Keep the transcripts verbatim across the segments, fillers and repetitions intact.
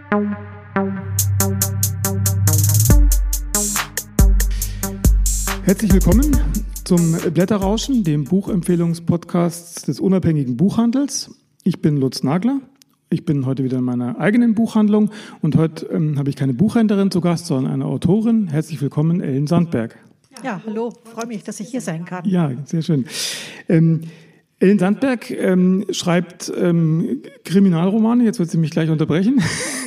Herzlich willkommen zum Blätterrauschen, dem Buchempfehlungspodcast des unabhängigen Buchhandels. Ich bin Lutz Nagler. Ich bin heute wieder in meiner eigenen Buchhandlung und heute ähm, habe ich keine Buchhändlerin zu Gast, sondern eine Autorin. Herzlich willkommen, Ellen Sandberg. Ja, hallo, freue mich, dass ich hier sein kann. Ja, sehr schön. Ähm, Ellen Sandberg ähm, schreibt ähm, Kriminalromane, jetzt wird sie mich gleich unterbrechen,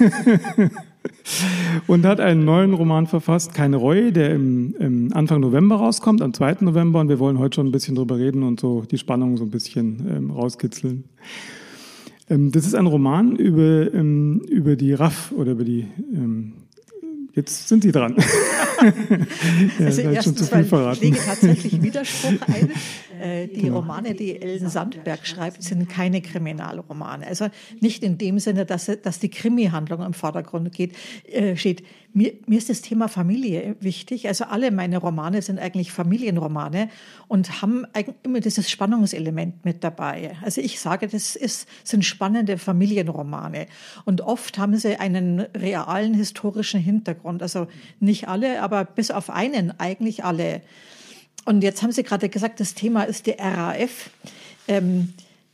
und hat einen neuen Roman verfasst, Keine Reue, der im, im Anfang November rauskommt, am zweiten November, und wir wollen heute schon ein bisschen drüber reden und so die Spannung so ein bisschen ähm, rauskitzeln. Ähm, das ist ein Roman über, ähm, über die R A F oder über die... Ähm, Jetzt sind Sie dran. Ja, also schon erstens, zu viel verraten. Ich lege tatsächlich Widerspruch ein. Äh, die Romane, die Ellen Sandberg schreibt, sind keine Kriminalromane. Also nicht in dem Sinne, dass, dass die Krimi-Handlung im Vordergrund geht, äh, steht. Mir, mir ist das Thema Familie wichtig. Also alle meine Romane sind eigentlich Familienromane und haben eigentlich immer dieses Spannungselement mit dabei. Also ich sage, das ist, sind spannende Familienromane. Und oft haben sie einen realen historischen Hintergrund. Also nicht alle, aber bis auf einen eigentlich alle. Und jetzt haben Sie gerade gesagt, das Thema ist die R A F. Ähm,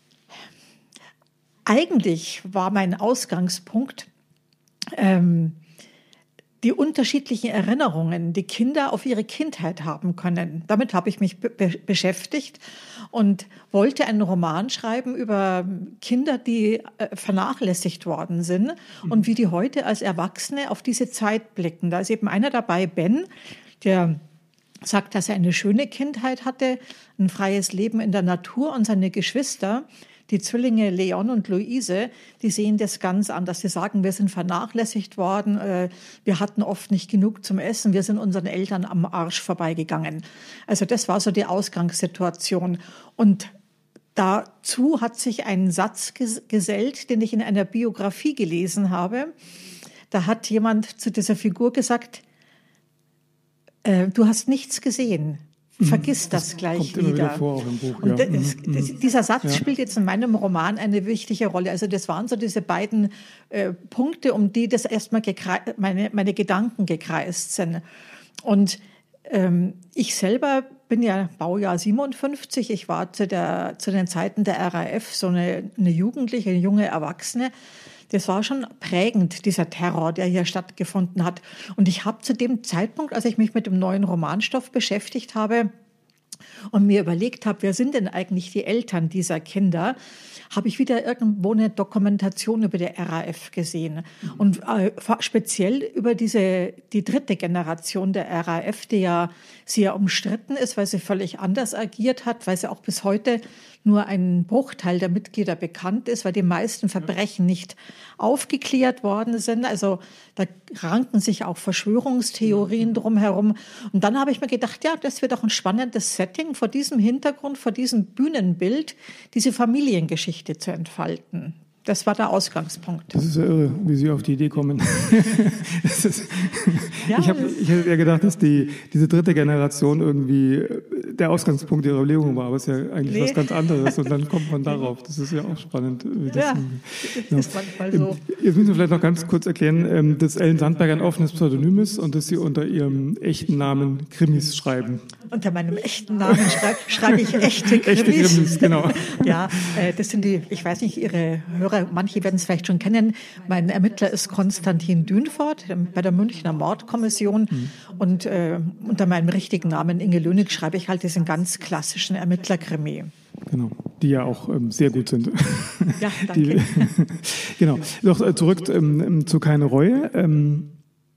eigentlich war mein Ausgangspunkt, ähm, die unterschiedlichen Erinnerungen, die Kinder auf ihre Kindheit haben können. Damit habe ich mich be- beschäftigt und wollte einen Roman schreiben über Kinder, die äh, vernachlässigt worden sind mhm. und wie die heute als Erwachsene auf diese Zeit blicken. Da ist eben einer dabei, Ben, der sagt, dass er eine schöne Kindheit hatte, ein freies Leben in der Natur, und seine Geschwister, die Zwillinge Leon und Luise, die sehen das ganz anders. Sie sagen, wir sind vernachlässigt worden, wir hatten oft nicht genug zum Essen, wir sind unseren Eltern am Arsch vorbeigegangen. Also das war so die Ausgangssituation. Und dazu hat sich ein Satz gesellt, den ich in einer Biografie gelesen habe. Da hat jemand zu dieser Figur gesagt, du hast nichts gesehen. Vergiss das, das gleich kommt wieder. Immer wieder vor, auch im Buch, und ja. das, das, dieser Satz ja. spielt jetzt in meinem Roman eine wichtige Rolle. Also das waren so diese beiden äh, Punkte, um die das erstmal gekre- meine, meine Gedanken gekreist sind. Und ähm, ich selber bin ja Baujahr siebenundfünfzig. Ich war zu, der, zu den Zeiten der R A F so eine, eine Jugendliche, eine junge Erwachsene. Das war schon prägend, dieser Terror, der hier stattgefunden hat. Und ich habe zu dem Zeitpunkt, als ich mich mit dem neuen Romanstoff beschäftigt habe und mir überlegt habe, wer sind denn eigentlich die Eltern dieser Kinder, habe ich wieder irgendwo eine Dokumentation über die R A F gesehen. Und äh, speziell über diese, die dritte Generation der R A F, die ja sehr umstritten ist, weil sie völlig anders agiert hat, weil sie auch bis heute nur ein Bruchteil der Mitglieder bekannt ist, weil die meisten Verbrechen nicht aufgeklärt worden sind. Also da ranken sich auch Verschwörungstheorien drumherum. Und dann habe ich mir gedacht, ja, das wird doch ein spannendes Setting, vor diesem Hintergrund, vor diesem Bühnenbild, diese Familiengeschichte zu entfalten. Das war der Ausgangspunkt. Das ist ja irre, wie Sie auf die Idee kommen. das ist, ja, ich habe ich hab ja gedacht, dass die, diese dritte Generation irgendwie der Ausgangspunkt Ihrer Überlegung war, aber es ist ja eigentlich nee. was ganz anderes, und dann kommt man darauf. Das ist ja auch spannend. Wie das ja, das ist manchmal so. Jetzt müssen wir vielleicht noch ganz kurz erklären, dass Ellen Sandberg ein offenes Pseudonym ist und dass Sie unter Ihrem echten Namen Krimis schreiben. Unter meinem echten Namen schreibe, schreibe ich echte Krimis. Echte Krimis, genau. Ja, das sind die, ich weiß nicht, Ihre Hörer, manche werden es vielleicht schon kennen. Mein Ermittler ist Konstantin Dünfort bei der Münchner Mordkommission. Mhm. Und äh, unter meinem richtigen Namen Inge Lönig schreibe ich halt diesen ganz klassischen Ermittlerkrimi. Genau, die ja auch ähm, sehr gut sind. Ja, danke. Die, genau. Noch äh, zurück ähm, zu Keine Reue. Ähm,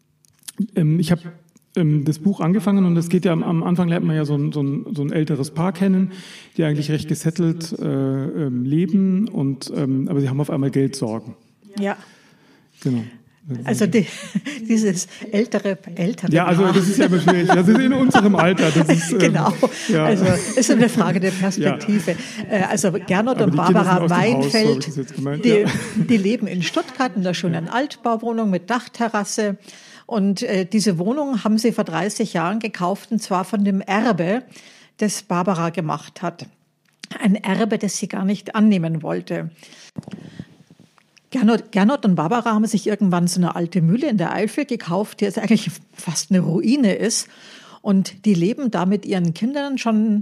ähm, ich habe das Buch angefangen, und es geht ja am, am Anfang lernt man ja so ein, so, ein, so ein älteres Paar kennen, die eigentlich recht gesettelt äh, ähm, leben, und ähm, aber sie haben auf einmal Geldsorgen. Ja. Genau. Also die, dieses ältere ältere Ja, also das ist ja immer schwierig. Das ist in unserem Alter. Das ist, ähm, genau. Ja. Also ist eine Frage der Perspektive. Ja. Also Gernot und Barbara Weinfeld, Haus, so die, ja. die leben in Stuttgart in der schönen Altbauwohnung mit Dachterrasse. Und äh, diese Wohnung haben sie vor dreißig Jahren gekauft, und zwar von dem Erbe, das Barbara gemacht hat. Ein Erbe, das sie gar nicht annehmen wollte. Gernot, Gernot und Barbara haben sich irgendwann so eine alte Mühle in der Eifel gekauft, die jetzt eigentlich fast eine Ruine ist. Und die leben da mit ihren Kindern schon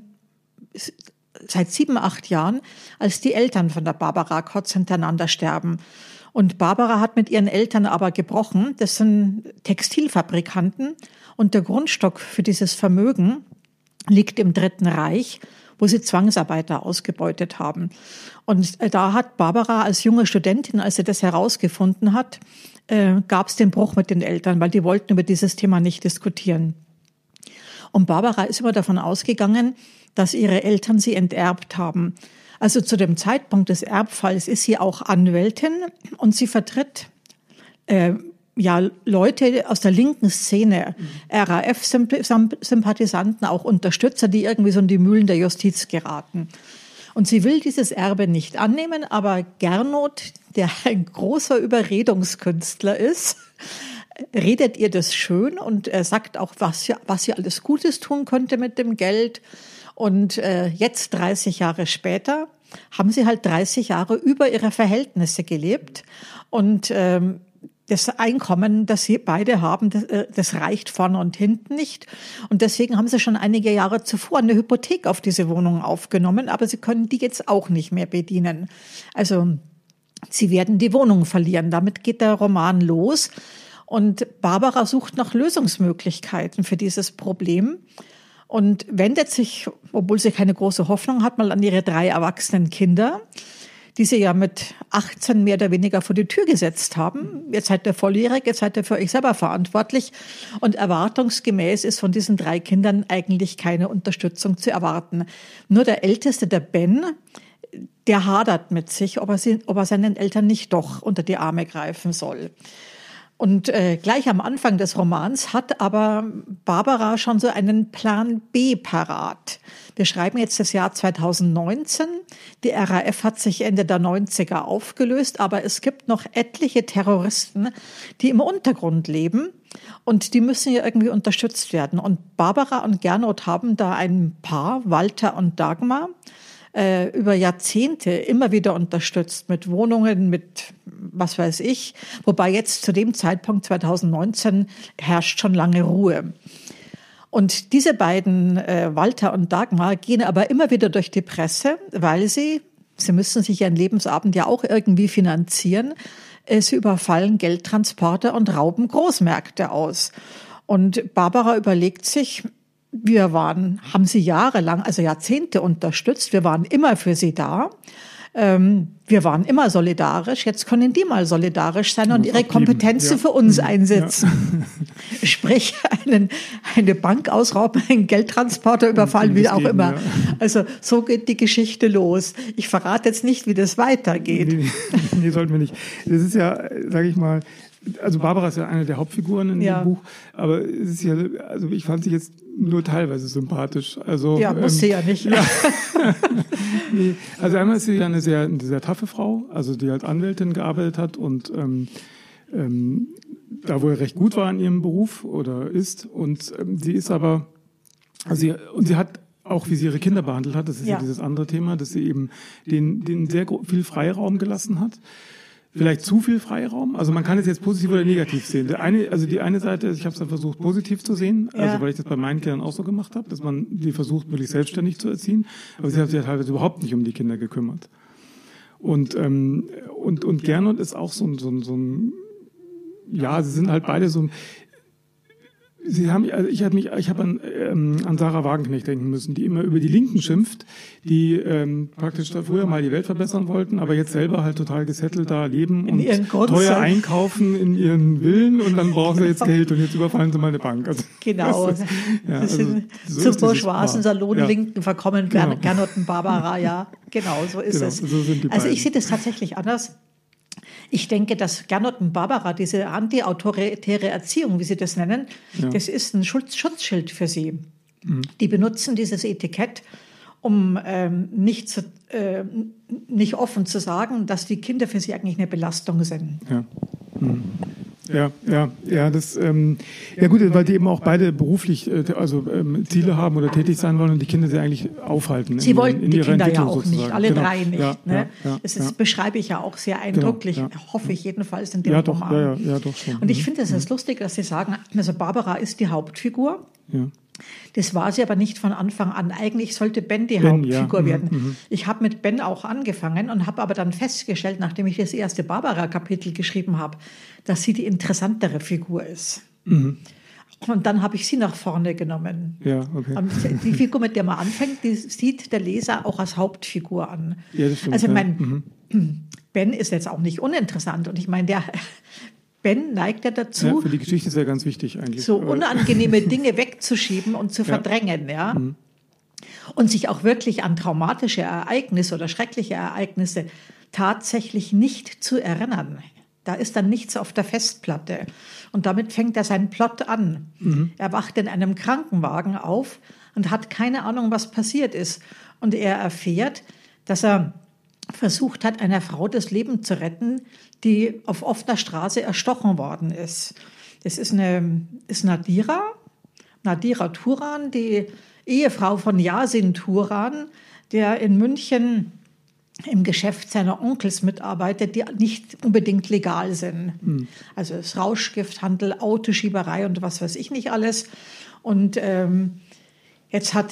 seit sieben, acht Jahren, als die Eltern von der Barbara kurz hintereinander sterben. Und Barbara hat mit ihren Eltern aber gebrochen. Das sind Textilfabrikanten. Und der Grundstock für dieses Vermögen liegt im Dritten Reich, wo sie Zwangsarbeiter ausgebeutet haben. Und da hat Barbara als junge Studentin, als sie das herausgefunden hat, äh, gab es den Bruch mit den Eltern, weil die wollten über dieses Thema nicht diskutieren. Und Barbara ist immer davon ausgegangen, dass ihre Eltern sie enterbt haben. Also zu dem Zeitpunkt des Erbfalls ist sie auch Anwältin und sie vertritt äh, ja Leute aus der linken Szene, mhm. R A F-Sympathisanten, auch Unterstützer, die irgendwie so in die Mühlen der Justiz geraten. Und sie will dieses Erbe nicht annehmen, aber Gernot, der ein großer Überredungskünstler ist, redet ihr das schön und er sagt auch, was sie, was sie alles Gutes tun könnte mit dem Geld. Und äh, jetzt, dreißig Jahre später, haben sie halt dreißig Jahre über ihre Verhältnisse gelebt. Und ähm, das Einkommen, das sie beide haben, das, äh, das reicht vorne und hinten nicht. Und deswegen haben sie schon einige Jahre zuvor eine Hypothek auf diese Wohnung aufgenommen, aber sie können die jetzt auch nicht mehr bedienen. Also sie werden die Wohnung verlieren. Damit geht der Roman los. Und Barbara sucht nach Lösungsmöglichkeiten für dieses Problem und wendet sich, obwohl sie keine große Hoffnung hat, mal an ihre drei erwachsenen Kinder, die sie ja mit achtzehn mehr oder weniger vor die Tür gesetzt haben. Jetzt seid ihr volljährig, jetzt seid ihr für euch selber verantwortlich. Und erwartungsgemäß ist von diesen drei Kindern eigentlich keine Unterstützung zu erwarten. Nur der Älteste, der Ben, der hadert mit sich, ob er, sie, ob er seinen Eltern nicht doch unter die Arme greifen soll. Und äh, gleich am Anfang des Romans hat aber Barbara schon so einen Plan B parat. Wir schreiben jetzt das Jahr zweitausendneunzehn. Die R A F hat sich Ende der neunziger aufgelöst, aber es gibt noch etliche Terroristen, die im Untergrund leben und die müssen ja irgendwie unterstützt werden. Und Barbara und Gernot haben da ein Paar, Walter und Dagmar, äh, über Jahrzehnte immer wieder unterstützt mit Wohnungen, mit was weiß ich, wobei jetzt zu dem Zeitpunkt zweitausendneunzehn herrscht schon lange Ruhe. Und diese beiden, äh, Walter und Dagmar, gehen aber immer wieder durch die Presse, weil sie, sie müssen sich ihren Lebensabend ja auch irgendwie finanzieren, äh, sie überfallen Geldtransporter und rauben Großmärkte aus. Und Barbara überlegt sich, wir waren, haben sie jahrelang, also Jahrzehnte unterstützt, wir waren immer für sie da. Wir waren immer solidarisch, jetzt können die mal solidarisch sein und ihre Kompetenzen ja. für uns einsetzen. Ja. Sprich, einen, eine Bank ausrauben, einen Geldtransporter überfallen, wie auch immer. Ja. Also so geht die Geschichte los. Ich verrate jetzt nicht, wie das weitergeht. Nee, nee, nee, sollten wir nicht. Das ist ja, sage ich mal, also Barbara ist ja eine der Hauptfiguren in ja. dem Buch, aber es ist ja, also ich fand sie jetzt nur teilweise sympathisch. Also, ja, muss ähm, sie ja nicht. Ja. nee. Also einmal ist sie ja eine sehr, eine sehr taffe Frau, also die als Anwältin gearbeitet hat und ähm, ähm, da wohl recht gut war in ihrem Beruf oder ist. Und ähm, sie ist aber, also sie, und sie hat auch, wie sie ihre Kinder behandelt hat, das ist ja, ja dieses andere Thema, dass sie eben den, den sehr viel Freiraum gelassen hat. Vielleicht zu viel Freiraum. Also man kann es jetzt positiv oder negativ sehen. Der eine, also die eine Seite, ich habe es dann versucht positiv zu sehen, also ja. weil ich das bei meinen Kindern auch so gemacht habe, dass man die versucht, wirklich selbstständig zu erziehen. Aber sie hat sich ja teilweise überhaupt nicht um die Kinder gekümmert. Und ähm, und und Gernot ist auch so ein so ein, so ein ja, sie sind halt beide so. Sie haben, also ich habe mich, ich habe an, ähm, an Sarah Wagenknecht denken müssen, die immer über die Linken schimpft, die ähm, praktisch früher mal die Welt verbessern wollten, aber jetzt selber halt total gesettelt da leben und teuer einkaufen in ihren Villen und dann brauchen sie jetzt Geld und jetzt überfallen sie mal eine Bank. Also, genau. Das, ja, das sind also, so zu bourgeoisen Salonlinken ja. verkommen, genau. Gernot und Barbara, ja, genau, so ist genau, es. So sind die also ich sehe das tatsächlich anders. Ich denke, dass Gernot und Barbara, diese anti-autoritäre Erziehung, wie sie das nennen, ja. das ist ein Schutz, Schutzschild für sie. Mhm. Die benutzen dieses Etikett, um ähm, nicht, zu, äh, nicht offen zu sagen, dass die Kinder für sie eigentlich eine Belastung sind. Ja. Mhm. Ja, ja, ja, das, ähm, ja gut, weil die eben auch beide beruflich, äh, also ähm, Ziele haben oder tätig sein wollen und die Kinder sie eigentlich aufhalten. Sie in, wollten in die ihrer Kinder ja Entwicklung auch sozusagen. nicht, alle genau. drei nicht. Ja, ne? ja, ja, das ist, ja. beschreibe ich ja auch sehr eindrücklich, Genau, ja. hoffe ich jedenfalls in dem ja, doch, Roman. ja, ja, ja, doch schon. Und ich Mhm. finde es ist lustig, dass Sie sagen, also Barbara ist die Hauptfigur. Ja. Das war sie aber nicht von Anfang an. Eigentlich sollte Ben die Ben, Hauptfigur ja. werden. Mhm. Ich habe mit Ben auch angefangen und habe aber dann festgestellt, nachdem ich das erste Barbara-Kapitel geschrieben habe, dass sie die interessantere Figur ist. Mhm. Und dann habe ich sie nach vorne genommen. Ja, okay. Und die Figur, mit der man anfängt, die sieht der Leser auch als Hauptfigur an. Ja, das stimmt, also ja. mein Mhm. Ben ist jetzt auch nicht uninteressant. Und ich meine, der Ben neigt ja dazu, Ja, für die Geschichte ist ja ganz wichtig eigentlich. so unangenehme Dinge wegzuschieben und zu verdrängen, ja. Mhm. Und sich auch wirklich an traumatische Ereignisse oder schreckliche Ereignisse tatsächlich nicht zu erinnern. Da ist dann nichts auf der Festplatte. Und damit fängt er seinen Plot an. Mhm. Er wacht in einem Krankenwagen auf und hat keine Ahnung, was passiert ist. Und er erfährt, dass er versucht hat, einer Frau das Leben zu retten, die auf offener Straße erstochen worden ist. Das ist, eine, ist Nadira, Nadira Turan, die Ehefrau von Yasin Turan, der in München im Geschäft seiner Onkels mitarbeitet, die nicht unbedingt legal sind. Mhm. Also es Rauschgifthandel, Autoschieberei und was weiß ich nicht alles. Und ähm, jetzt hat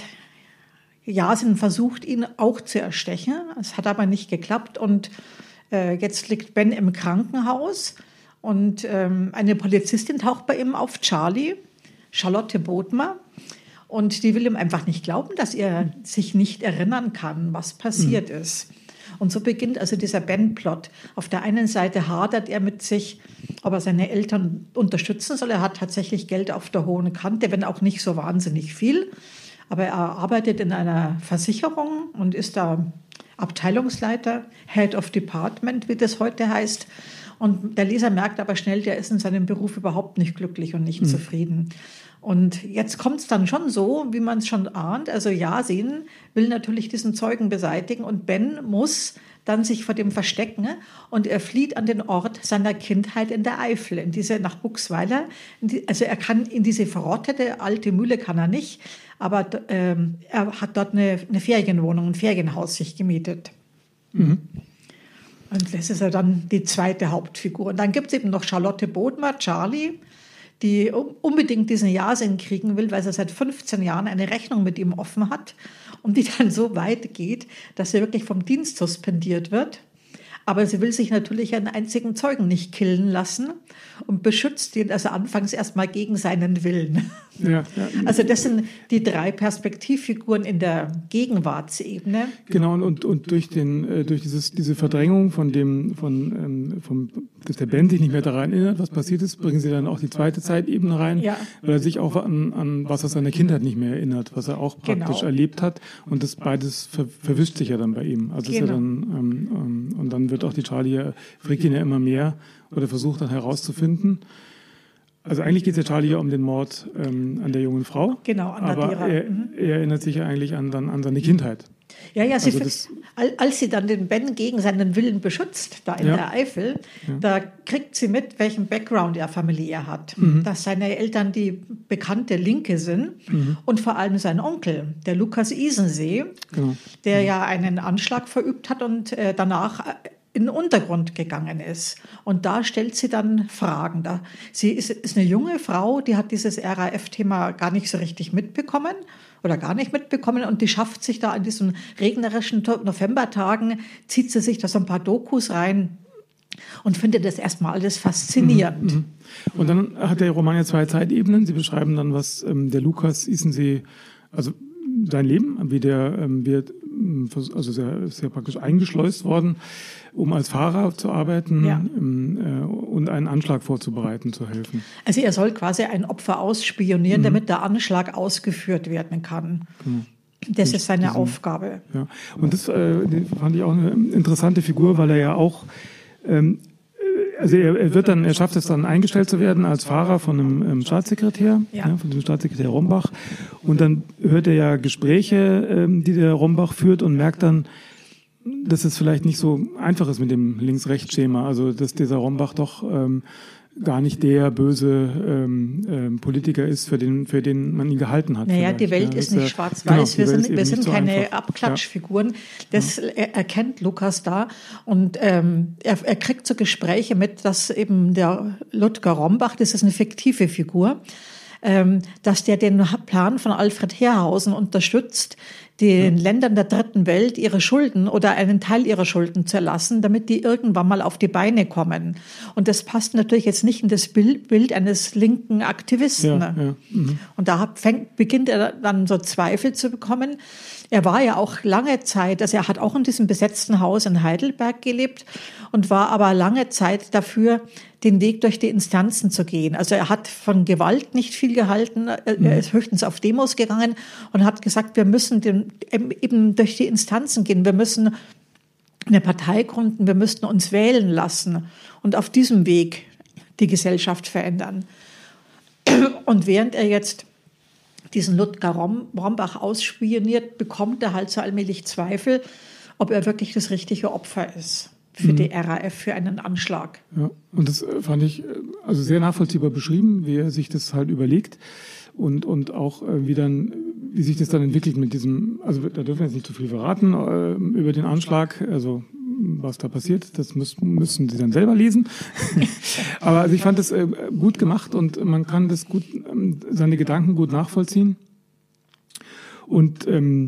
Yasin versucht, ihn auch zu erstechen. Es hat aber nicht geklappt. Und äh, jetzt liegt Ben im Krankenhaus. Und ähm, eine Polizistin taucht bei ihm auf, Charlie, Charlotte Bodmer. Und die will ihm einfach nicht glauben, dass er sich nicht erinnern kann, was passiert mhm. ist. Und so beginnt also dieser Ben-Plot. Auf der einen Seite hadert er mit sich, ob er seine Eltern unterstützen soll. Er hat tatsächlich Geld auf der hohen Kante, wenn auch nicht so wahnsinnig viel. Aber er arbeitet in einer Versicherung und ist da Abteilungsleiter, Head of Department, wie das heute heißt. Und der Leser merkt aber schnell, der ist in seinem Beruf überhaupt nicht glücklich und nicht mhm. zufrieden. Und jetzt kommt es dann schon so, wie man es schon ahnt. Also Yasin will natürlich diesen Zeugen beseitigen und Ben muss dann sich vor dem verstecken und er flieht an den Ort seiner Kindheit in der Eifel, in diese nach Buxweiler. Die, also er kann in diese verrottete alte Mühle kann er nicht, aber ähm, er hat dort eine, eine Ferienwohnung, ein Ferienhaus sich gemietet. Mhm. Und das ist ja dann die zweite Hauptfigur. Und dann gibt es eben noch Charlotte Bodmer, Charlie, die unbedingt diesen Yasin kriegen will, weil sie seit fünfzehn Jahren eine Rechnung mit ihm offen hat und die dann so weit geht, dass sie wirklich vom Dienst suspendiert wird. Aber sie will sich natürlich einen einzigen Zeugen nicht killen lassen und beschützt ihn also anfangs erstmal gegen seinen Willen. Ja, ja. Also das sind die drei Perspektivfiguren in der Gegenwartsebene. Genau, und, und durch, den, äh, durch dieses, diese Verdrängung von dem, von, ähm, vom, dass der Ben sich nicht mehr daran erinnert, was passiert ist, bringen sie dann auch die zweite Zeitebene rein, ja. weil er sich auch an, an was aus seiner Kindheit nicht mehr erinnert, was er auch praktisch genau. erlebt hat. Und das beides ver, verwischt sich ja dann bei ihm. Also genau. ist ja dann, ähm, ähm, und dann wird auch die Charlie, fragt ihn ja immer mehr oder versucht dann herauszufinden. Also eigentlich geht es ja Charlie ja um den Mord ähm, an der jungen Frau. Genau, an aber Nadira. Er, mhm. er erinnert sich ja eigentlich an, dann, an seine Kindheit. Ja, ja, sie, also das, als sie dann den Ben gegen seinen Willen beschützt, da in ja. der Eifel, ja. da kriegt sie mit, welchen Background er familiär hat. Mhm. Dass seine Eltern die bekannte Linke sind mhm. und vor allem sein Onkel, der Lukas Isensee, genau. der mhm. ja einen Anschlag verübt hat und äh, danach in den Untergrund gegangen ist. Und da stellt sie dann Fragen. Da, sie ist, ist eine junge Frau, die hat dieses R A F-Thema gar nicht so richtig mitbekommen oder gar nicht mitbekommen und die schafft sich da an diesen regnerischen Novembertagen, zieht sie sich da so ein paar Dokus rein und findet das erstmal alles faszinierend. Mhm, und dann hat der Roman ja zwei Zeitebenen. Sie beschreiben dann, was ähm, der Lukas Isensee, also sein Leben, wie der ähm, wird, also sehr, ist ja praktisch eingeschleust worden, um als Fahrer zu arbeiten ja. ähm, äh, und einen Anschlag vorzubereiten, zu helfen. Also er soll quasi ein Opfer ausspionieren, mhm. damit der Anschlag ausgeführt werden kann. Mhm. Das und ist seine diesen, Aufgabe. Ja. Und das äh, fand ich auch eine interessante Figur, weil er ja auch ähm, Also er, er wird dann, er schafft es dann eingestellt zu werden als Fahrer von einem ähm, Staatssekretär, ja. Ja, von dem Staatssekretär Rombach. Und dann hört er ja Gespräche, ähm, die der Rombach führt und merkt dann, dass es vielleicht nicht so einfach ist mit dem Links-Rechts-Schema. Also dass dieser Rombach doch ähm, gar nicht der böse ähm, ähm, Politiker ist, für den, für den man ihn gehalten hat. Naja, die Welt ja, ist nicht schwarz-weiß. Genau, wir sind, wir sind so keine einfach. Abklatschfiguren. Ja. Das ja. erkennt Lukas da. Und ähm, er, er kriegt so Gespräche mit, dass eben der Ludger Rombach, das ist eine fiktive Figur, ähm, dass der den Plan von Alfred Herrhausen unterstützt, den ja. Ländern der dritten Welt ihre Schulden oder einen Teil ihrer Schulden zu erlassen, damit die irgendwann mal auf die Beine kommen. Und das passt natürlich jetzt nicht in das Bild, Bild eines linken Aktivisten. Ja, ja. Mhm. Und da fängt, beginnt er dann so Zweifel zu bekommen. Er war ja auch lange Zeit, also er hat auch in diesem besetzten Haus in Heidelberg gelebt und war aber lange Zeit dafür, den Weg durch die Instanzen zu gehen. Also er hat von Gewalt nicht viel gehalten, er ist höchstens auf Demos gegangen und hat gesagt, wir müssen den, eben durch die Instanzen gehen, wir müssen eine Partei gründen, wir müssten uns wählen lassen und auf diesem Weg die Gesellschaft verändern. Und während er jetzt diesen Ludger Rombach ausspioniert, bekommt er halt so allmählich Zweifel, ob er wirklich das richtige Opfer ist für mhm. die R A F, für einen Anschlag. Ja, und das fand ich also sehr nachvollziehbar beschrieben, wie er sich das halt überlegt und, und auch wie dann, wie sich das dann entwickelt mit diesem, also da dürfen wir jetzt nicht zu viel verraten äh, über den Anschlag, also was da passiert, das müssen, müssen Sie dann selber lesen. Aber also ich fand das äh, gut gemacht und man kann das gut, ähm, seine Gedanken gut nachvollziehen. Und ähm,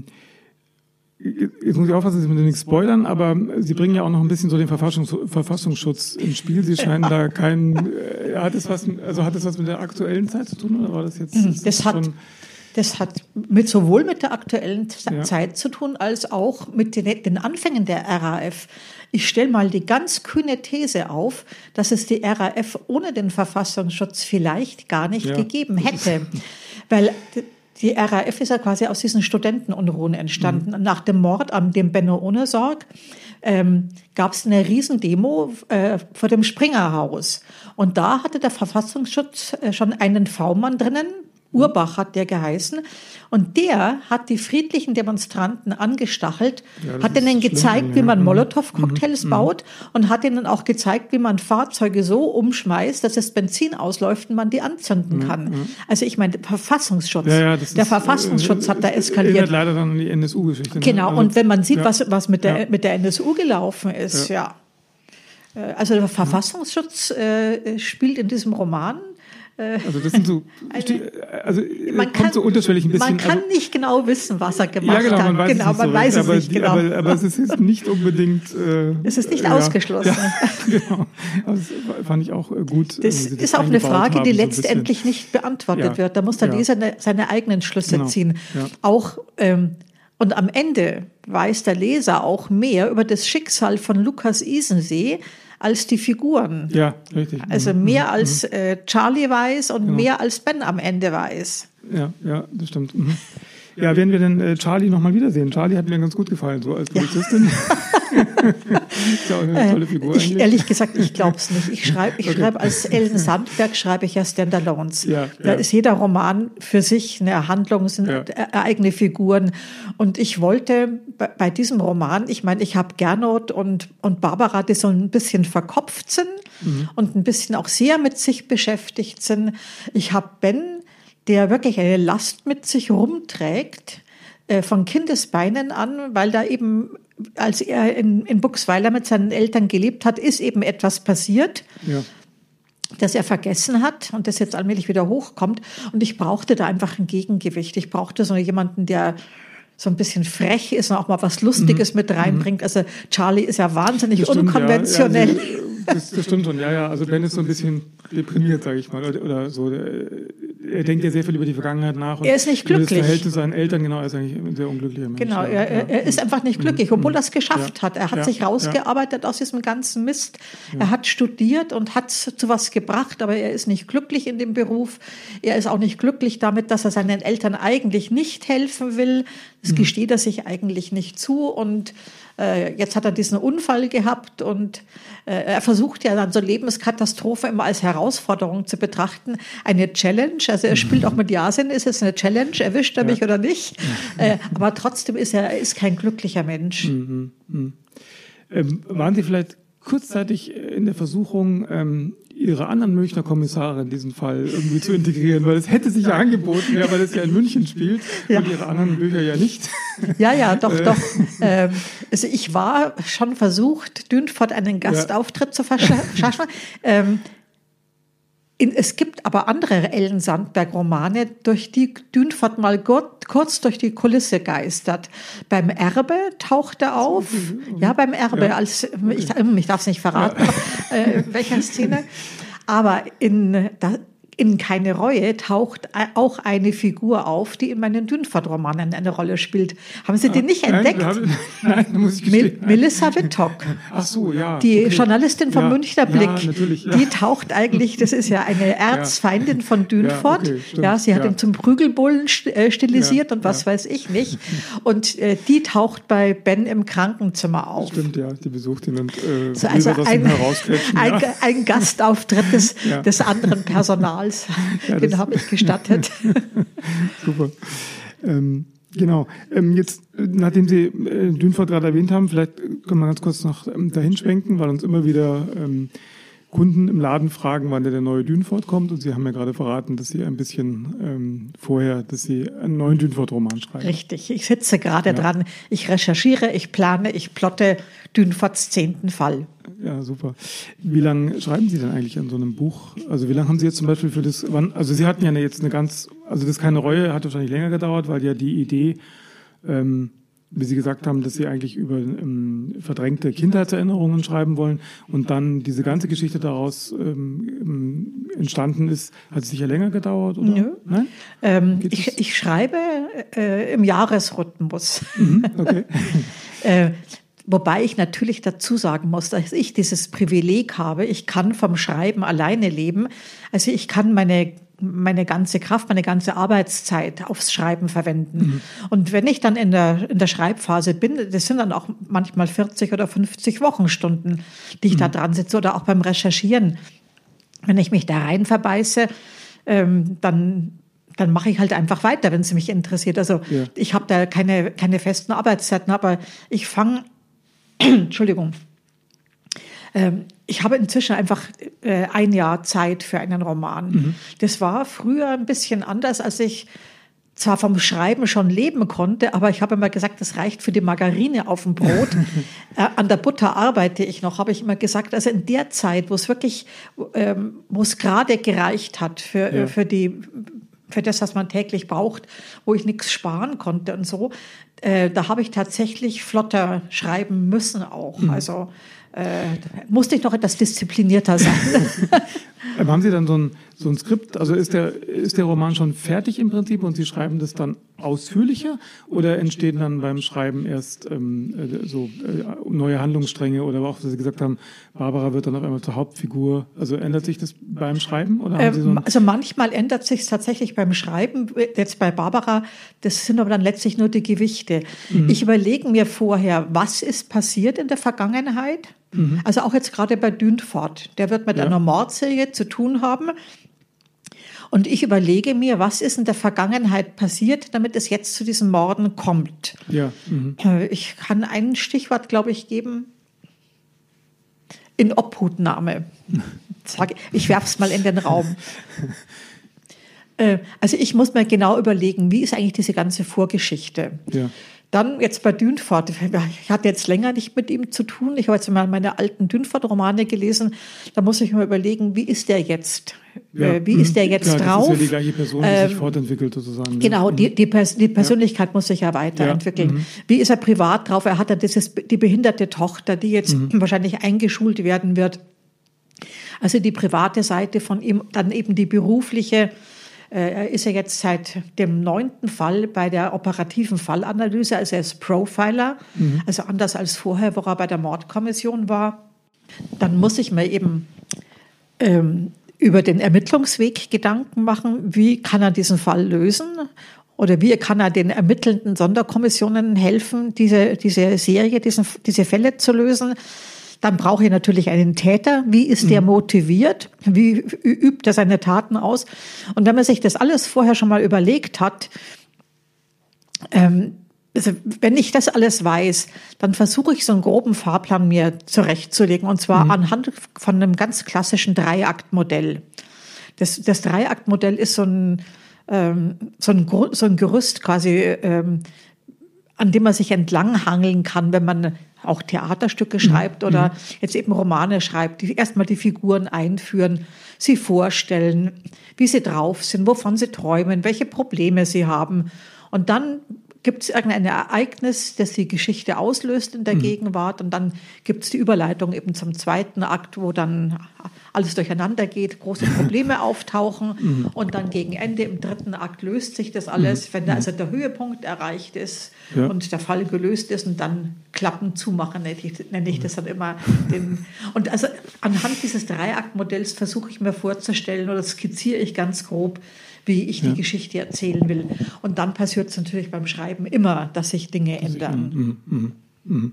jetzt muss ich aufpassen, dass wir nichts spoilern, aber Sie bringen ja auch noch ein bisschen so den Verfassungs Verfassungsschutz ins Spiel. Sie scheinen da keinen, äh, hat es was, also hat es was mit der aktuellen Zeit zu tun oder war das jetzt? Das, das hat schon Das hat mit, sowohl mit der aktuellen ja. Zeit zu tun, als auch mit den, den Anfängen der R A F. Ich stelle mal die ganz kühne These auf, dass es die R A F ohne den Verfassungsschutz vielleicht gar nicht ja. gegeben hätte. Weil die R A F ist ja quasi aus diesen Studentenunruhen entstanden. Mhm. Nach dem Mord an dem Benno Ohnesorg ähm, gab es eine Riesendemo äh, vor dem Springerhaus. Und da hatte der Verfassungsschutz äh, schon einen V-Mann drinnen, Urbach hat der geheißen, und der hat die friedlichen Demonstranten angestachelt, ja, hat ihnen gezeigt, schlimm, wie man ja. Molotow-Cocktails mhm. baut und hat ihnen auch gezeigt, wie man Fahrzeuge so umschmeißt, dass das Benzin ausläuft und man die anzünden kann. Mhm. Also ich meine, Verfassungsschutz, ja, ja, der ist, Verfassungsschutz äh, hat da eskaliert. Erinnert leider dann an die N S U-Geschichte. Genau, also, und wenn man sieht, ja. was, was mit der, ja. mit der N S U gelaufen ist, ja. ja. Also der Verfassungsschutz äh, spielt in diesem Roman. Also das sind so, also man kommt kann, so unterschwellig ein bisschen. Man kann also, nicht genau wissen, was er gemacht hat. Ja, genau, man weiß genau, es nicht, man so weiß recht, es nicht die, genau. Aber, aber es ist nicht unbedingt. Äh, es ist nicht ja, ausgeschlossen. Ja, genau. Also das fand ich auch gut. Das, das ist auch eine Frage, haben, die letztendlich so nicht beantwortet ja, wird. Da muss der Leser ja. seine eigenen Schlüsse genau, ziehen. Ja. Auch ähm, und am Ende weiß der Leser auch mehr über das Schicksal von Lukas Isensee als die Figuren. Ja, richtig. Also mehr mhm. als äh, Charlie weiß und genau. mehr als Ben am Ende weiß. Ja, ja, das stimmt. Mhm. Ja, werden wir denn äh, Charlie nochmal wiedersehen? Charlie hat mir ganz gut gefallen, so als Polizistin. Ja. Ist ja auch eine tolle Figur ich, ehrlich gesagt, ich glaube es nicht. Ich schreibe ich okay. schreib als Ellen Sandberg schreibe ich ja Standalones. Ja, da ja. ist jeder Roman für sich eine Handlung, sind ja. eigene Figuren. Und ich wollte bei, bei diesem Roman, ich meine, ich habe Gernot und, und Barbara, die so ein bisschen verkopft sind mhm. und ein bisschen auch sehr mit sich beschäftigt sind. Ich habe Ben, der wirklich eine Last mit sich rumträgt, äh, von Kindesbeinen an, weil da eben, als er in, in Buxweiler mit seinen Eltern gelebt hat, ist eben etwas passiert, ja. das er vergessen hat und das jetzt allmählich wieder hochkommt. Und ich brauchte da einfach ein Gegengewicht. Ich brauchte so jemanden, der so ein bisschen frech ist und auch mal was Lustiges mhm. mit reinbringt. Also Charlie ist ja wahnsinnig stimmt, unkonventionell. Ja. Ja, also, das, das stimmt schon, ja, ja. Also Ben ist so ein bisschen deprimiert, sage ich mal, oder, oder so. Er denkt ja sehr viel über die Vergangenheit nach. Und er ist nicht glücklich. Über das Verhältnis seinen Eltern, genau, er ist eigentlich ein sehr unglücklicher Mensch. Genau, ja. er, er ist einfach nicht glücklich, obwohl er es geschafft ja. hat. Er hat ja. sich rausgearbeitet ja. aus diesem ganzen Mist. Ja. Er hat studiert und hat zu was gebracht, aber er ist nicht glücklich in dem Beruf. Er ist auch nicht glücklich damit, dass er seinen Eltern eigentlich nicht helfen will. Das mhm. gesteht er sich eigentlich nicht zu und äh, jetzt hat er diesen Unfall gehabt und äh, er versucht ja dann so Lebenskatastrophe immer als Herausforderung zu betrachten. Eine Challenge, also er spielt auch mit Yasin, ist es eine Challenge, erwischt er mich ja. oder nicht? Äh, aber trotzdem ist er, er ist kein glücklicher Mensch. Mhm. Mhm. Ähm, waren Sie vielleicht kurzzeitig in der Versuchung, ähm, ihre anderen Münchner Kommissare in diesen Fall irgendwie zu integrieren, weil es hätte sich ja angeboten, ja, weil es ja in München spielt ja. und ihre anderen Bücher ja nicht. Ja, ja, doch, doch. Ähm, also ich war schon versucht, Dünfort einen Gastauftritt ja. zu verschaffen. ähm, In, es gibt aber andere Ellen Sandberg-Romane, durch die Dünfort mal Gott, kurz durch die Kulisse geistert. Beim Erbe taucht er auf. Ja, beim Erbe, ja. als ich, ich darf es nicht verraten, ja. äh, welcher Szene. Aber in, da, in Keine Reue taucht auch eine Figur auf, die in meinen Dünfort-Romanen eine Rolle spielt. Haben Sie ah, den nicht nein, entdeckt? Haben, nein, muss ich gestehen. Mel- Melissa Wittock. Ach so, ja. Die okay. Journalistin vom ja, Münchner Blick. Ja, natürlich, ja. Die taucht eigentlich, das ist ja eine Erzfeindin von Dünfort. Ja, okay, ja, sie hat ja. ihn zum Prügelbullen stilisiert ja, und was ja. weiß ich nicht. Und äh, die taucht bei Ben im Krankenzimmer auf. Stimmt, ja. Die besucht ihn und äh, so, also ein, ein, ja. ein Gastauftritt des, ja. des anderen Personals. Ja, den habe ich gestattet. Super. Ähm, genau. Ähm, jetzt, nachdem Sie äh, Dünfort gerade erwähnt haben, vielleicht können wir ganz kurz noch ähm, dahin schwenken, weil uns immer wieder ähm, Kunden im Laden fragen, wann der, der neue Dünfort kommt. Und Sie haben ja gerade verraten, dass Sie ein bisschen ähm, vorher, dass Sie einen neuen Dünfort-Roman schreiben. Richtig. Ich sitze gerade ja. dran. Ich recherchiere, ich plane, ich plotte Dünforts zehnten Fall. Ja, super. Wie lange schreiben Sie denn eigentlich an so einem Buch? Also wie lange haben Sie jetzt zum Beispiel für das, wann, also Sie hatten ja jetzt eine ganz, also das Keine Reue hat wahrscheinlich länger gedauert, weil ja die Idee, ähm, wie Sie gesagt haben, dass Sie eigentlich über ähm, verdrängte Kindheitserinnerungen schreiben wollen und dann diese ganze Geschichte daraus ähm, entstanden ist, hat es sicher länger gedauert? Oder? Nö. Nein? Ähm, ich, ich schreibe äh, im Jahresrhythmus. Mhm, okay. äh, Wobei ich natürlich dazu sagen muss, dass ich dieses Privileg habe, ich kann vom Schreiben alleine leben. Also ich kann meine, meine ganze Kraft, meine ganze Arbeitszeit aufs Schreiben verwenden. Mhm. Und wenn ich dann in der, in der Schreibphase bin, das sind dann auch manchmal vierzig oder fünfzig Wochenstunden, die ich mhm. da dran sitze oder auch beim Recherchieren. Wenn ich mich da rein verbeiße, ähm, dann dann mache ich halt einfach weiter, wenn es mich interessiert. Also ja. ich habe da keine, keine festen Arbeitszeiten, aber ich fange Entschuldigung. Ähm, ich habe inzwischen einfach äh, ein Jahr Zeit für einen Roman. Mhm. Das war früher ein bisschen anders, als ich zwar vom Schreiben schon leben konnte, aber ich habe immer gesagt, das reicht für die Margarine auf dem Brot. äh, an der Butter arbeite ich noch, habe ich immer gesagt. Also in der Zeit, wo es wirklich, ähm, wo es gerade gereicht hat für, ja. äh, für die für das, was man täglich braucht, wo ich nichts sparen konnte und so, äh, da habe ich tatsächlich flotter schreiben müssen auch. Mhm. Also äh, musste ich noch etwas disziplinierter sein. Haben Sie dann so ein, so ein Skript, also ist der, ist der Roman schon fertig im Prinzip und Sie schreiben das dann ausführlicher oder entstehen dann beim Schreiben erst ähm, so äh, neue Handlungsstränge oder auch, dass Sie gesagt haben, Barbara wird dann auf einmal zur Hauptfigur, also ändert sich das beim Schreiben? Oder haben Sie so ein also manchmal ändert sich es tatsächlich beim Schreiben, jetzt bei Barbara, das sind aber dann letztlich nur die Gewichte. Mhm. Ich überlege mir vorher, was ist passiert in der Vergangenheit? Mhm. Also auch jetzt gerade bei Dünfort, der wird mit ja. einer Mordserie zu tun haben. Und ich überlege mir, was ist in der Vergangenheit passiert, damit es jetzt zu diesen Morden kommt. Ja. Mhm. Ich kann ein Stichwort, glaube ich, geben. In Obhutnahme. Ich werfe es mal in den Raum. Also ich muss mir genau überlegen, wie ist eigentlich diese ganze Vorgeschichte. Ja. Dann jetzt bei Dünfort. Ich hatte jetzt länger nicht mit ihm zu tun. Ich habe jetzt mal meine alten Dünfort-Romane gelesen. Da muss ich mir überlegen, wie ist der jetzt? Ja. Wie ist der jetzt Klar, drauf? Das ist ja die gleiche Person, die ähm, sich fortentwickelt sozusagen. Genau, die, die, Pers- die Persönlichkeit ja. muss sich ja weiterentwickeln. Ja. Mhm. Wie ist er privat drauf? Er hat ja dieses, die behinderte Tochter, die jetzt mhm. wahrscheinlich eingeschult werden wird. Also die private Seite von ihm, dann eben die berufliche. Er ist ja jetzt seit dem neunten Fall bei der operativen Fallanalyse, also er ist Profiler, mhm. also anders als vorher, wo er bei der Mordkommission war. Dann muss ich mir eben ähm, über den Ermittlungsweg Gedanken machen, wie kann er diesen Fall lösen oder wie kann er den ermittelnden Sonderkommissionen helfen, diese, diese Serie, diesen, diese Fälle zu lösen. Dann brauche ich natürlich einen Täter. Wie ist der motiviert? Wie übt er seine Taten aus? Und wenn man sich das alles vorher schon mal überlegt hat, ähm, also wenn ich das alles weiß, dann versuche ich so einen groben Fahrplan mir zurechtzulegen, und zwar mhm. anhand von einem ganz klassischen Dreiaktmodell. Das, das Dreiaktmodell ist so ein, ähm, so ein, so ein Gerüst quasi, ähm, an dem man sich entlanghangeln kann, wenn man auch Theaterstücke schreibt mhm. oder jetzt eben Romane schreibt, die erstmal die Figuren einführen, sie vorstellen, wie sie drauf sind, wovon sie träumen, welche Probleme sie haben. Und dann gibt es irgendein Ereignis, das die Geschichte auslöst in der mhm. Gegenwart, und dann gibt es die Überleitung eben zum zweiten Akt, wo dann alles durcheinander geht, große Probleme auftauchen mhm. und dann gegen Ende im dritten Akt löst sich das alles, mhm. wenn da also der Höhepunkt erreicht ist ja. und der Fall gelöst ist, und dann Klappen zumachen, nenne ich, nenne ich das dann immer. Den, und also anhand dieses Dreiaktmodells versuche ich mir vorzustellen oder skizziere ich ganz grob, wie ich die ja. Geschichte erzählen will. Und dann passiert es natürlich beim Schreiben immer, dass sich Dinge ändern. Mhm, mhm, mhm.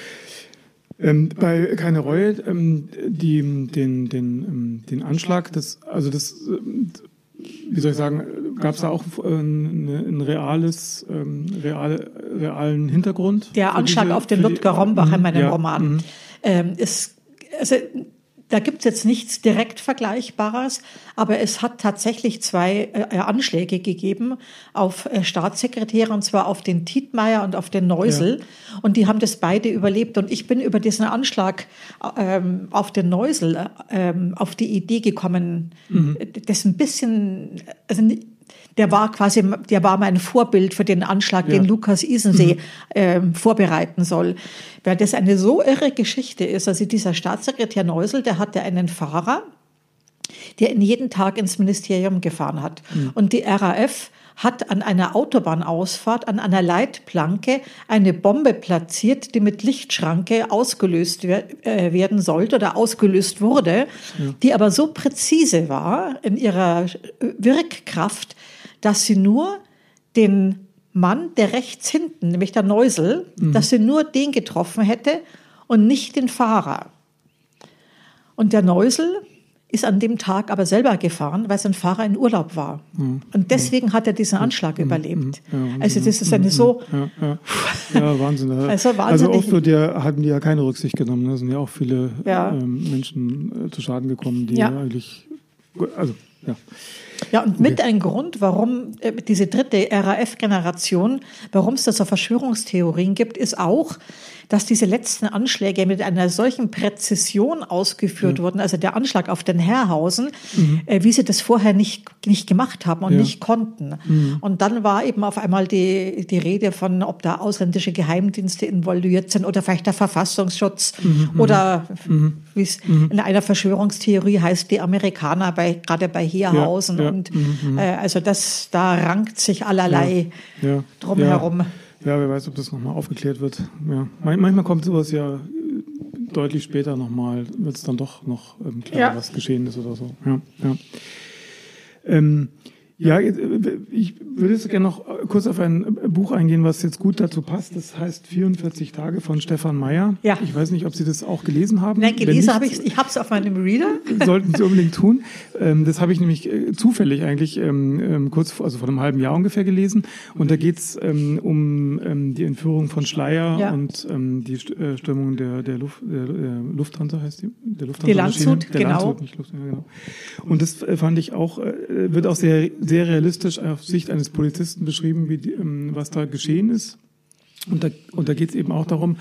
Ähm, bei Keine Reue, ähm, die, den, den, ähm, den Anschlag, das, also das, ähm, wie soll ich sagen, gab es da auch äh, ein, ein reales, ähm, real, realen Hintergrund? Der Anschlag diese, auf den Ludger Rombach in meinem ja, Roman mhm. ähm, ist, also, da gibt es jetzt nichts direkt Vergleichbares, aber es hat tatsächlich zwei äh, Anschläge gegeben auf äh, Staatssekretäre, und zwar auf den Tietmeyer und auf den Neusel. Ja. Und die haben das beide überlebt. Und ich bin über diesen Anschlag ähm, auf den Neusel ähm, auf die Idee gekommen, mhm. das ein bisschen... Also, Der war quasi, der war mein Vorbild für den Anschlag, ja. den Lukas Isensee mhm. äh, vorbereiten soll. Weil das eine so irre Geschichte ist. Also dieser Staatssekretär Neusel, der hatte einen Fahrer, der ihn jeden Tag ins Ministerium gefahren hat. Mhm. Und die R A F hat an einer Autobahnausfahrt, an einer Leitplanke eine Bombe platziert, die mit Lichtschranke ausgelöst werden sollte oder ausgelöst wurde, ja. die aber so präzise war in ihrer Wirkkraft, dass sie nur den Mann, der rechts hinten, nämlich der Neusel, mhm. dass sie nur den getroffen hätte und nicht den Fahrer. Und der Neusel ist an dem Tag aber selber gefahren, weil sein Fahrer in Urlaub war. Mhm. Und deswegen hat er diesen Anschlag mhm. überlebt. Ja, also das ist eine so... Ja, ja. ja Wahnsinn. Also, also oft wird ja, hatten die ja keine Rücksicht genommen. Da sind ja auch viele ja. ähm, Menschen äh, zu Schaden gekommen, die ja. eigentlich... Also, ja. Ja, und mit okay. ein Grund, warum äh, diese dritte R A F-Generation, warum es da so Verschwörungstheorien gibt, ist auch, dass diese letzten Anschläge mit einer solchen Präzision ausgeführt ja. wurden, also der Anschlag auf den Herrhausen, mhm. äh, wie sie das vorher nicht, nicht gemacht haben und ja. nicht konnten. Mhm. Und dann war eben auf einmal die, die Rede von, ob da ausländische Geheimdienste involviert sind oder vielleicht der Verfassungsschutz mhm. oder mhm. wie es mhm. in einer Verschwörungstheorie heißt, die Amerikaner bei, gerade bei Herrhausen. Ja. Ja. Und mhm. äh, also das, da rankt sich allerlei ja. Ja. drumherum. Ja. Ja, wer weiß, ob das nochmal aufgeklärt wird. Ja. Manchmal kommt sowas ja deutlich später nochmal, wird es dann doch noch ähm, klar, ja. was geschehen ist oder so. Ja, ja. Ähm, ja, ich würde jetzt gerne noch kurz auf ein Buch eingehen, was jetzt gut dazu passt. Das heißt vierundvierzig Tage von Stefan Meyer. Ja. Ich weiß nicht, ob Sie das auch gelesen haben. Nein, gelesen habe ich. Ich habe es auf meinem Reader. Sollten Sie unbedingt tun. Das habe ich nämlich zufällig eigentlich kurz, also vor einem halben Jahr ungefähr gelesen. Und da geht es um die Entführung von Schleyer ja. und die Stürmung der, der, Luft, der Lufthansa, heißt die? Der Lufthansa die Landshut, der genau. Landshut, nicht Lufthansa, genau. Und das fand ich auch, wird auch sehr sehr realistisch auf Sicht eines Polizisten beschrieben, wie die, ähm, was da geschehen ist. Und da, und da geht es eben auch darum,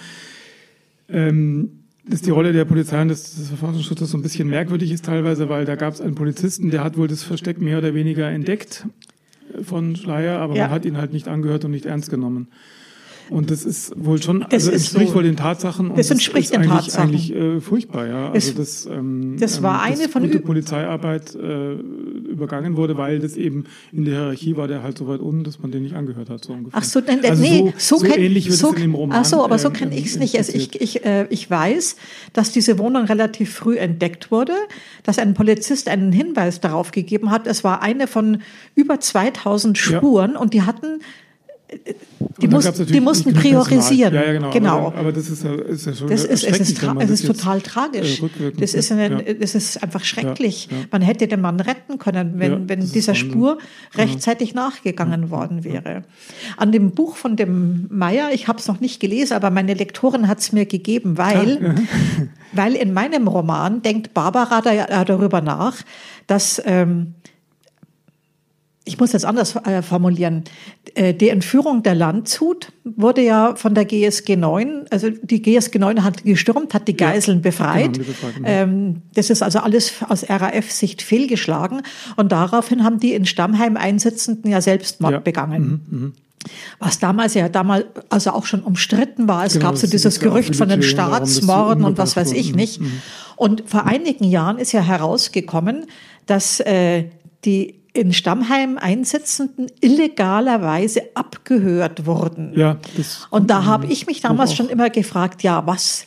ähm, dass die Rolle der Polizei und des, des Verfassungsschutzes so ein bisschen merkwürdig ist teilweise, weil da gab es einen Polizisten, der hat wohl das Versteck mehr oder weniger entdeckt von Schleyer, aber ja. man hat ihn halt nicht angehört und nicht ernst genommen. Und das ist wohl schon, also es entspricht so, wohl den Tatsachen. Und das entspricht das ist den eigentlich, Tatsachen. eigentlich äh, furchtbar, ja. Also es, das, ähm, das war eine das von gute Polizeiarbeit äh, übergangen wurde, weil das eben in der Hierarchie war, der halt so weit unten, dass man den nicht angehört hat, so ungefähr. Ach so, nein, also nee, so, so, so ähnlich wird so, es in dem Roman. Ach so, aber so ähm, kenne ich es nicht. Also ich, ich, äh, ich weiß, dass diese Wohnung relativ früh entdeckt wurde, dass ein Polizist einen Hinweis darauf gegeben hat. Es war eine von über zweitausend Spuren ja. und die hatten die, muss, die mussten priorisieren. Ja, ja, genau. genau. Aber, aber das ist ja, ist ja schon das ist, es ist, tra- es ist jetzt, total tragisch. Äh, das, ist eine, ja. das ist einfach schrecklich. Ja, ja. Man hätte den Mann retten können, wenn, ja, wenn dieser Spur rechtzeitig ja. nachgegangen ja. worden wäre. An dem Buch von dem Meyer, ich habe es noch nicht gelesen, aber meine Lektorin hat es mir gegeben, weil, ja. weil in meinem Roman denkt Barbara da, darüber nach, dass... Ähm, Ich muss jetzt anders äh, formulieren. Äh, die Entführung der Landshut wurde ja von der G S G neun, also die G S G neun hat gestürmt, hat die Geiseln ja, befreit. Genau, befreit ähm, das ist also alles aus R A F-Sicht fehlgeschlagen. Und daraufhin haben die in Stammheim Einsitzenden ja Selbstmord ja. begangen. Mhm, mh. Was damals ja damals also auch schon umstritten war. Es genau, gab so dieses Gerücht von den Staatsmorden und was weiß ich nicht. Mhm. Und vor einigen Jahren ist ja herausgekommen, dass äh, die in Stammheim Einsitzenden illegalerweise abgehört wurden. Ja, das und da habe ich mich damals schon immer gefragt, ja, was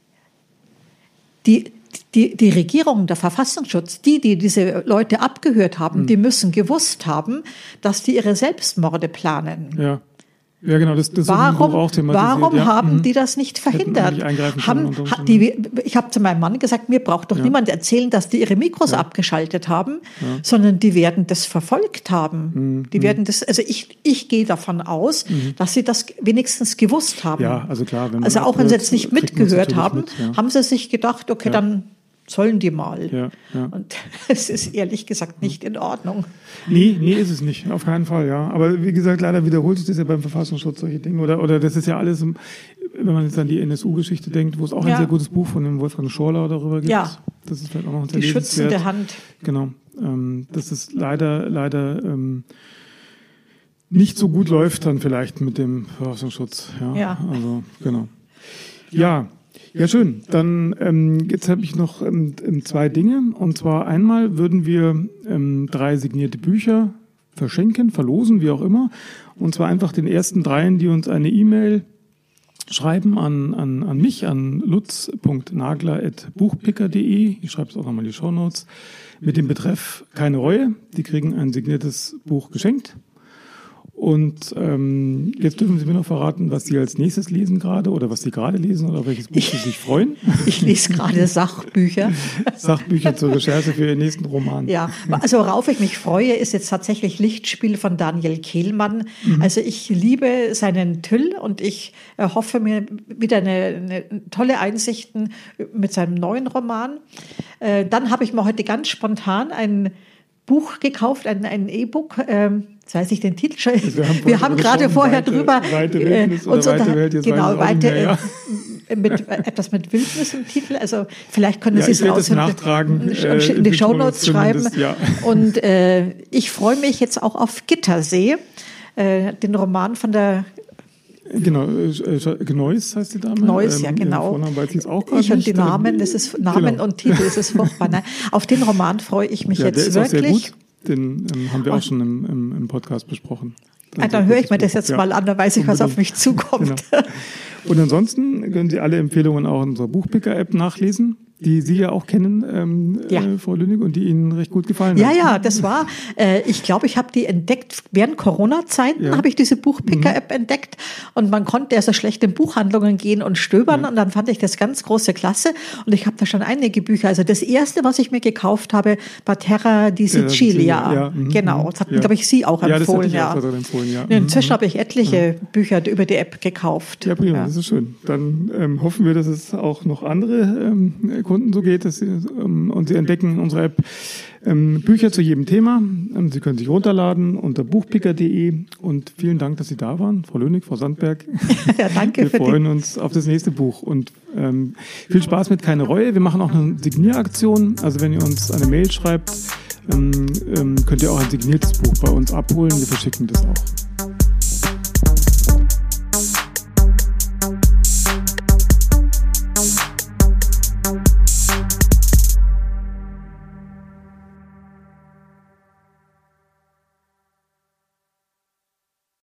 die, die, die Regierung, der Verfassungsschutz, die, die diese Leute abgehört haben, mhm. die müssen gewusst haben, dass die ihre Selbstmorde planen. Ja. Ja, genau, das, das warum, auch warum ja. haben mhm. die das nicht verhindert? Nicht haben, ha, die, ich habe zu meinem Mann gesagt, mir braucht doch ja. niemand erzählen, dass die ihre Mikros ja. abgeschaltet haben, ja. sondern die werden das verfolgt haben. Mhm. Die werden das, also ich, ich gehe davon aus, mhm. dass sie das wenigstens gewusst haben. Ja, also klar. Wenn man also auch wenn sie jetzt nicht mitgehört haben, mit, ja. haben sie sich gedacht, okay, ja. dann sollen die mal. Ja, ja. Und es ist ehrlich gesagt nicht in Ordnung. Nee, nee, ist es nicht, auf keinen Fall, ja. Aber wie gesagt, leider wiederholt sich das ja beim Verfassungsschutz, solche Dinge. Oder, oder das ist ja alles, wenn man jetzt an die N S U-Geschichte denkt, wo es auch ja. ein sehr gutes Buch von dem Wolfgang Schorler darüber gibt. Ja. Das ist vielleicht auch noch ein Die schützende Hand. Genau. Ähm, dass es leider, leider ähm, nicht so gut läuft dann vielleicht mit dem Verfassungsschutz. Ja. ja. Also, genau. Ja. Ja, schön. Dann ähm, jetzt habe ich noch ähm, zwei Dinge. Und zwar einmal würden wir ähm, drei signierte Bücher verschenken, verlosen, wie auch immer. Und zwar einfach den ersten dreien, die uns eine E-Mail schreiben an, an, an mich, an lutz punkt nagler at buchpicker punkt de. Ich schreibe es auch nochmal in die Shownotes. Mit dem Betreff Keine Reue. Die kriegen ein signiertes Buch geschenkt. Und ähm, jetzt dürfen Sie mir noch verraten, was Sie als nächstes lesen gerade oder was Sie gerade lesen oder auf welches Buch Sie sich freuen. Ich lese gerade Sachbücher. Sachbücher zur Recherche für Ihren nächsten Roman. Ja, also worauf ich mich freue, ist jetzt tatsächlich Lichtspiel von Daniel Kehlmann. Mhm. Also ich liebe seinen Tüll und ich hoffe mir wieder eine, eine tolle Einsichten mit seinem neuen Roman. Äh, dann habe ich mir heute ganz spontan ein Buch gekauft, ein, ein E-Book, ähm, jetzt weiß ich den Titel schon. Also wir haben, wir haben gerade vorher weite, drüber weite Wildnis äh, uns oder weite unter, Welt, jetzt genau, weite, mehr, ja. äh, mit, etwas mit Wildnis im Titel. Also vielleicht können ja, Sie es raus nachtragen, in, äh, in die Shownotes schreiben. Ja. Und äh, ich freue mich jetzt auch auf Gittersee, äh, den Roman von der Genau, Gneus heißt die Dame. Gneus, ähm, ja genau. Vornamen weiß ich jetzt auch ich und nicht. die Namen, das ist Namen genau. und Titel, das ist furchtbar. Nein, auf den Roman freue ich mich ja, jetzt der ist wirklich. Auch sehr gut. Den ähm, haben wir auch schon im, im, im Podcast besprochen. Dann, dann höre ich mir das jetzt ja, mal an, dann weiß ich, was auf mich zukommt. Genau. Und ansonsten können Sie alle Empfehlungen auch in unserer Buchpicker-App nachlesen, die Sie ja auch kennen, ähm, ja. äh, Frau Lünnig, und die Ihnen recht gut gefallen ja, hat. Ja, ja, das war, äh, ich glaube, ich habe die entdeckt, während Corona-Zeiten ja. habe ich diese Buchpicker-App mhm. entdeckt und man konnte ja so schlecht in Buchhandlungen gehen und stöbern ja. und dann fand ich das ganz große Klasse und ich habe da schon einige Bücher, also das erste, was ich mir gekauft habe, war Terra di Sicilia. Ja, ja. Genau, das hat mir, ja. glaube ich, Sie auch empfohlen. Ja, das ja. auch empfohlen, ja. Inzwischen mhm. habe ich etliche ja. Bücher über die App gekauft. Ja, prima, ja. das ist schön. Dann ähm, hoffen wir, dass es auch noch andere ähm, Kunden so geht, dass sie, ähm, und sie entdecken in unserer App ähm, Bücher zu jedem Thema. Ähm, sie können sich runterladen unter buchpicker punkt de und vielen Dank, dass Sie da waren, Frau Lönig, Frau Sandberg. Ja, danke. Wir für freuen die... uns auf das nächste Buch und ähm, viel Spaß mit Keine Reue. Wir machen auch eine Signieraktion, also wenn ihr uns eine Mail schreibt, ähm, ähm, könnt ihr auch ein signiertes Buch bei uns abholen. Wir verschicken das auch.